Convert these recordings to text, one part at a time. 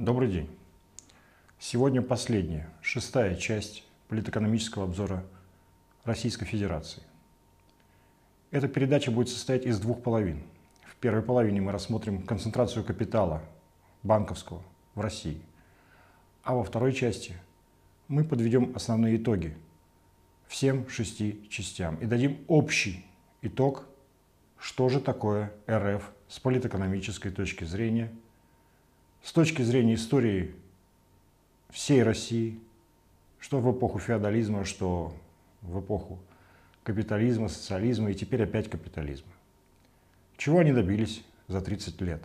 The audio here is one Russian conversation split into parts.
Добрый день. Сегодня последняя, шестая часть политэкономического обзора Российской Федерации. Эта передача будет состоять из двух половин. В первой половине мы рассмотрим концентрацию капитала банковского в России, а во второй части мы подведем основные итоги всем 6 частям и дадим общий итог, что же такое РФ с политэкономической точки зрения, с точки зрения истории всей России, что в эпоху феодализма, что в эпоху капитализма, социализма и теперь опять капитализма. Чего они добились за 30 лет?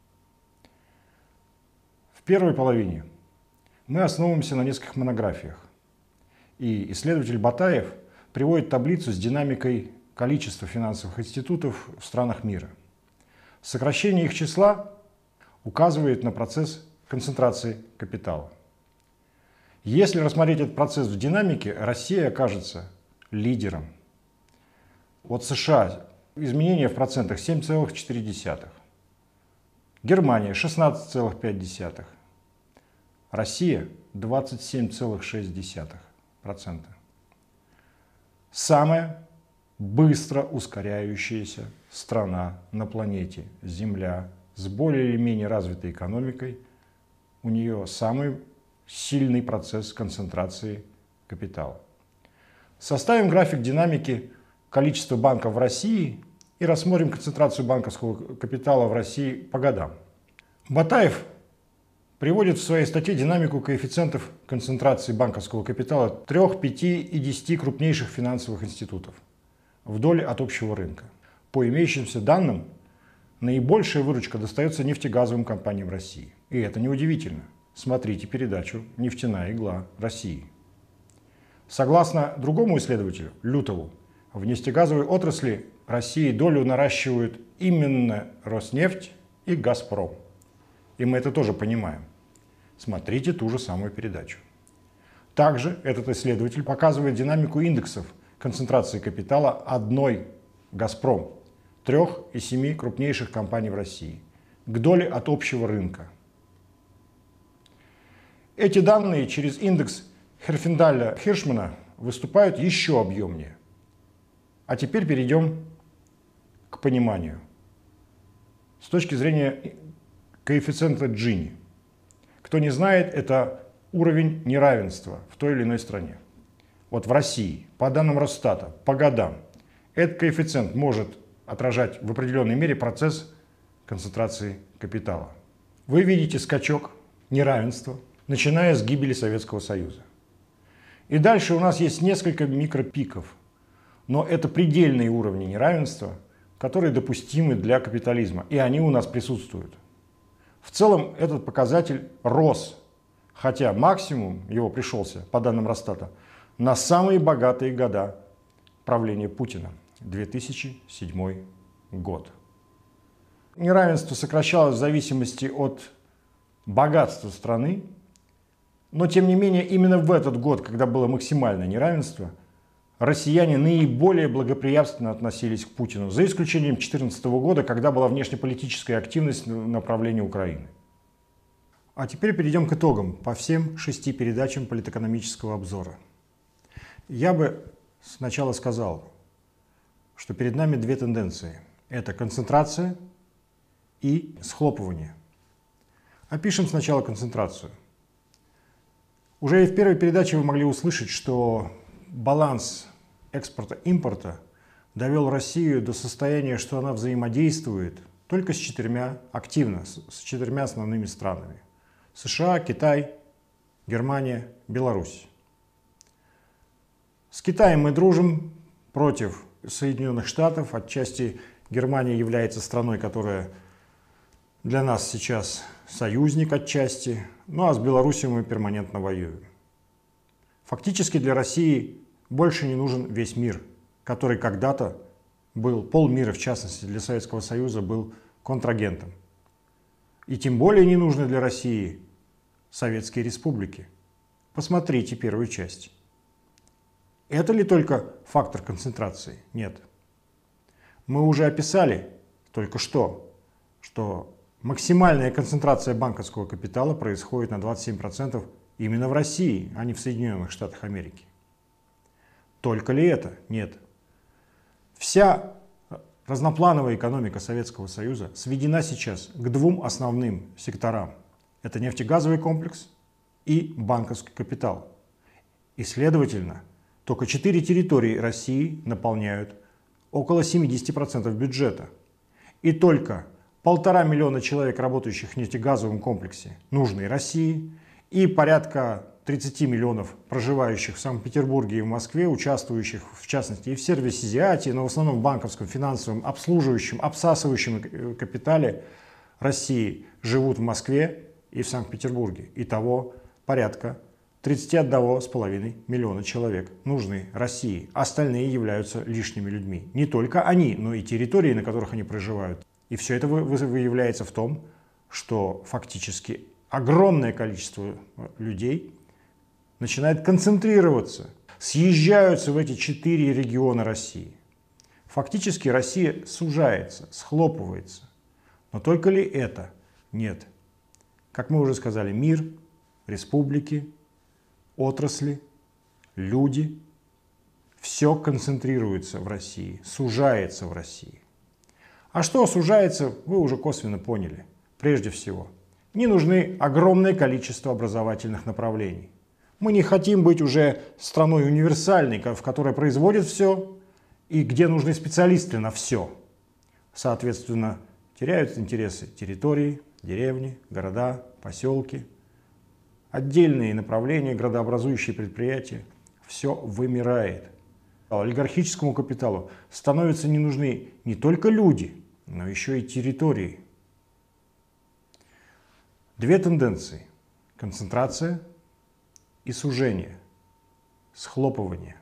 В первой половине мы основываемся на нескольких монографиях. И исследователь Батаев приводит таблицу с динамикой количества финансовых институтов в странах мира. Сокращение их числа указывает на процесс концентрации капитала. Если рассмотреть этот процесс в динамике, Россия окажется лидером. Вот США изменения в процентах 7,4, Германия 16,5, Россия 27,6%. Самая быстро ускоряющаяся страна на планете Земля с более или менее развитой экономикой, у нее самый сильный процесс концентрации капитала. Составим график динамики количества банков в России и рассмотрим концентрацию банковского капитала в России по годам. Батаев приводит в своей статье динамику коэффициентов концентрации банковского капитала 3, 5 и 10 крупнейших финансовых институтов вдоль от общего рынка. По имеющимся данным, наибольшая выручка достается нефтегазовым компаниям России. И это неудивительно. Смотрите передачу «Нефтяная игла России». Согласно другому исследователю, Лютову, в нефтегазовой отрасли России долю наращивают именно Роснефть и Газпром. И мы это тоже понимаем. Смотрите ту же самую передачу. Также этот исследователь показывает динамику индексов концентрации капитала одной «Газпром», 3 и 7 крупнейших компаний в России, к доле от общего рынка. Эти данные через индекс Херфиндаля-Хиршмана выступают еще объемнее. А теперь перейдем к пониманию. С точки зрения коэффициента Джини. Кто не знает, это уровень неравенства в той или иной стране. Вот в России, по данным Росстата, по годам, этот коэффициент может отражать в определенной мере процесс концентрации капитала. Вы видите скачок неравенства, начиная с гибели Советского Союза. И дальше у нас есть несколько микропиков, но это предельные уровни неравенства, которые допустимы для капитализма, и они у нас присутствуют. В целом этот показатель рос, хотя максимум его пришелся, по данным Росстата, на самые богатые года правления Путина, 2007 год. Неравенство сокращалось в зависимости от богатства страны, но тем не менее именно в этот год, когда было максимальное неравенство, россияне наиболее благоприятственно относились к Путину, за исключением 2014 года, когда была внешнеполитическая активность в направлении Украины. А теперь перейдем к итогам по всем 6 передачам политэкономического обзора. Я бы сначала сказал, что перед нами две тенденции. Это концентрация и схлопывание. Опишем сначала концентрацию. Уже и в первой передаче вы могли услышать, что баланс экспорта-импорта довел Россию до состояния, что она взаимодействует только с 4 активно, с 4 основными странами. США, Китай, Германия, Беларусь. С Китаем мы дружим против Соединенных Штатов. Отчасти Германия является страной, которая для нас сейчас союзник отчасти. Ну а с Беларусью мы перманентно воюем. Фактически для России больше не нужен весь мир, который когда-то был, полмира в частности для Советского Союза, был контрагентом. И тем более не нужны для России советские республики. Посмотрите первую часть. Это ли только фактор концентрации? Нет. Мы уже описали только что Максимальная концентрация банковского капитала происходит на 27% именно в России, а не в Соединенных Штатах Америки. Только ли это? Нет. Вся разноплановая экономика Советского Союза сведена сейчас к двум основным секторам. Это нефтегазовый комплекс и банковский капитал. И, следовательно, только 4 территории России наполняют около 70% бюджета. И только 1,5 миллиона человек, работающих в нефтегазовом комплексе, нужны России, и порядка 30 миллионов проживающих в Санкт-Петербурге и в Москве, участвующих в частности и в сервисе Азиатии, но в основном в банковском, финансовом, обслуживающем, обсасывающем капитале России, живут в Москве и в Санкт-Петербурге. Итого порядка 31,5 миллиона человек нужны России. Остальные являются лишними людьми. Не только они, но и территории, на которых они проживают. И все это выявляется в том, что фактически огромное количество людей начинает концентрироваться, съезжаются в эти 4 региона России. Фактически Россия сужается, схлопывается. Но только ли это? Нет. Как мы уже сказали, мир, республики, отрасли, люди, все концентрируется в России, сужается в России. А что сужается, вы уже косвенно поняли. Прежде всего, не нужны огромное количество образовательных направлений. Мы не хотим быть уже страной универсальной, в которой производят все и где нужны специалисты на все. Соответственно, теряют интересы территории, деревни, города, поселки, отдельные направления, градообразующие предприятия. Все вымирает. Олигархическому капиталу становятся не нужны не только люди, но еще и территории. Две тенденции – концентрация и сужение, схлопывание.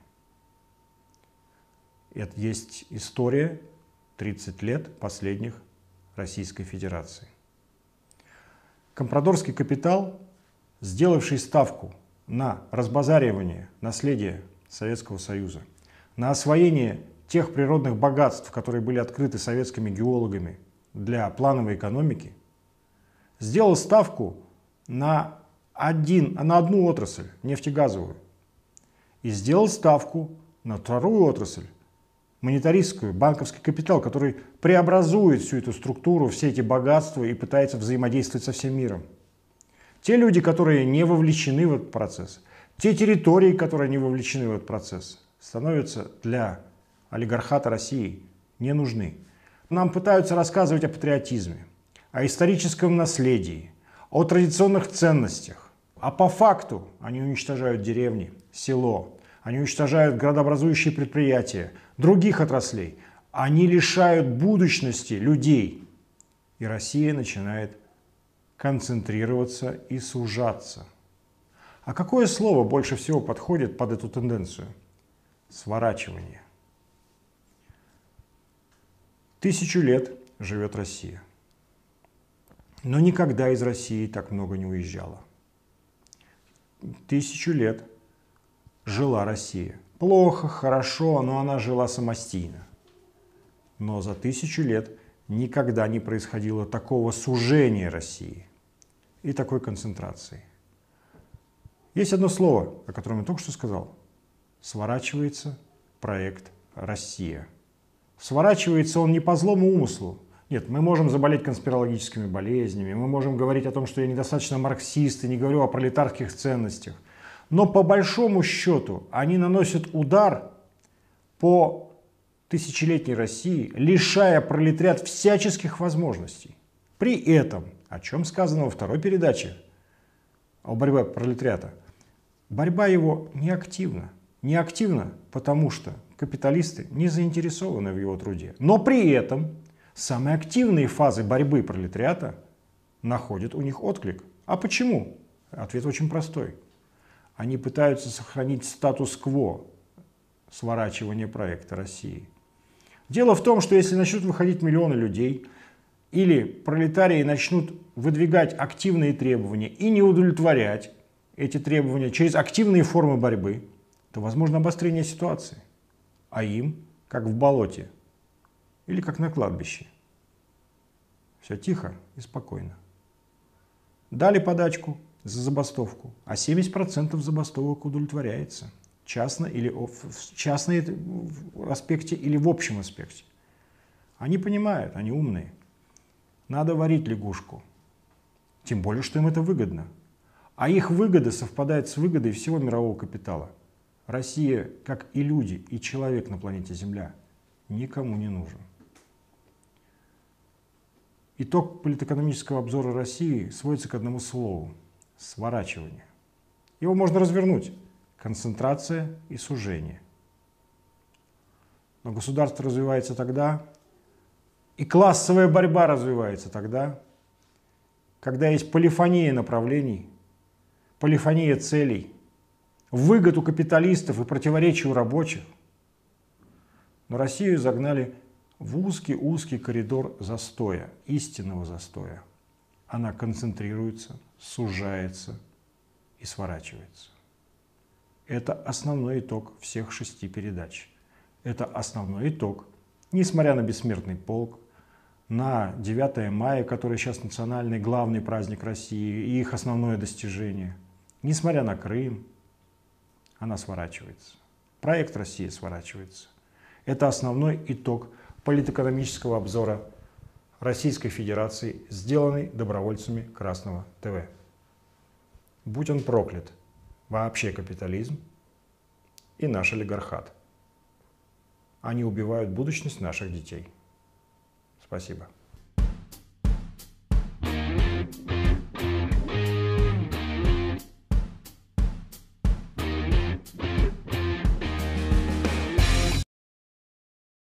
Это есть история 30 лет последних Российской Федерации. Компрадорский капитал, сделавший ставку на разбазаривание наследия Советского Союза, на освоение тех природных богатств, которые были открыты советскими геологами для плановой экономики, сделал ставку на одну отрасль, нефтегазовую, и сделал ставку на вторую отрасль, монетаристскую, банковский капитал, который преобразует всю эту структуру, все эти богатства и пытается взаимодействовать со всем миром. Те люди, которые не вовлечены в этот процесс, те территории, которые не вовлечены в этот процесс, становятся для олигархата России не нужны. Нам пытаются рассказывать о патриотизме, о историческом наследии, о традиционных ценностях. А по факту они уничтожают деревни, село, они уничтожают градообразующие предприятия, других отраслей. Они лишают будущности людей. И Россия начинает концентрироваться и сужаться. А какое слово больше всего подходит под эту тенденцию? Сворачивание. 1000 лет живет Россия. Но никогда из России так много не уезжала. 1000 лет жила Россия. Плохо, хорошо, но она жила самостийно. Но за 1000 лет никогда не происходило такого сужения России и такой концентрации. Есть одно слово, о котором я только что сказал. Сворачивается проект «Россия». Сворачивается он не по злому умыслу. Нет, мы можем заболеть конспирологическими болезнями, мы можем говорить о том, что я недостаточно марксист и не говорю о пролетарских ценностях. Но по большому счету они наносят удар по тысячелетней России, лишая пролетариат всяческих возможностей. При этом, о чем сказано во второй передаче о борьбе пролетариата, борьба его неактивна. Неактивна, потому что капиталисты не заинтересованы в его труде. Но при этом самые активные фазы борьбы пролетариата находят у них отклик. А почему? Ответ очень простой. Они пытаются сохранить статус-кво сворачивания проекта России. Дело в том, что если начнут выходить миллионы людей, или пролетарии начнут выдвигать активные требования и не удовлетворять эти требования через активные формы борьбы, то возможно обострение ситуации. А им, как в болоте или как на кладбище. Все тихо и спокойно. Дали подачку за забастовку, а 70% забастовок удовлетворяется. Частно или в частном аспекте или в общем аспекте. Они понимают, они умные. Надо варить лягушку. Тем более, что им это выгодно. А их выгода совпадает с выгодой всего мирового капитала. Россия, как и люди, и человек на планете Земля, никому не нужен. Итог политэкономического обзора России сводится к одному слову – сворачивание. Его можно развернуть – концентрация и сужение. Но государство развивается тогда, и классовая борьба развивается тогда, когда есть полифония направлений, полифония целей, выгод у капиталистов и противоречия у рабочих. Но Россию загнали в узкий коридор застоя, истинного застоя. Она концентрируется, сужается и сворачивается. Это основной итог всех 6 передач. Это основной итог, несмотря на бессмертный полк, на 9 мая, который сейчас национальный главный праздник России и их основное достижение. Несмотря на Крым, она сворачивается. Проект России сворачивается. Это основной итог политэкономического обзора Российской Федерации, сделанный добровольцами Красного ТВ. Будь он проклят, вообще капитализм и наш олигархат. Они убивают будущность наших детей. Спасибо.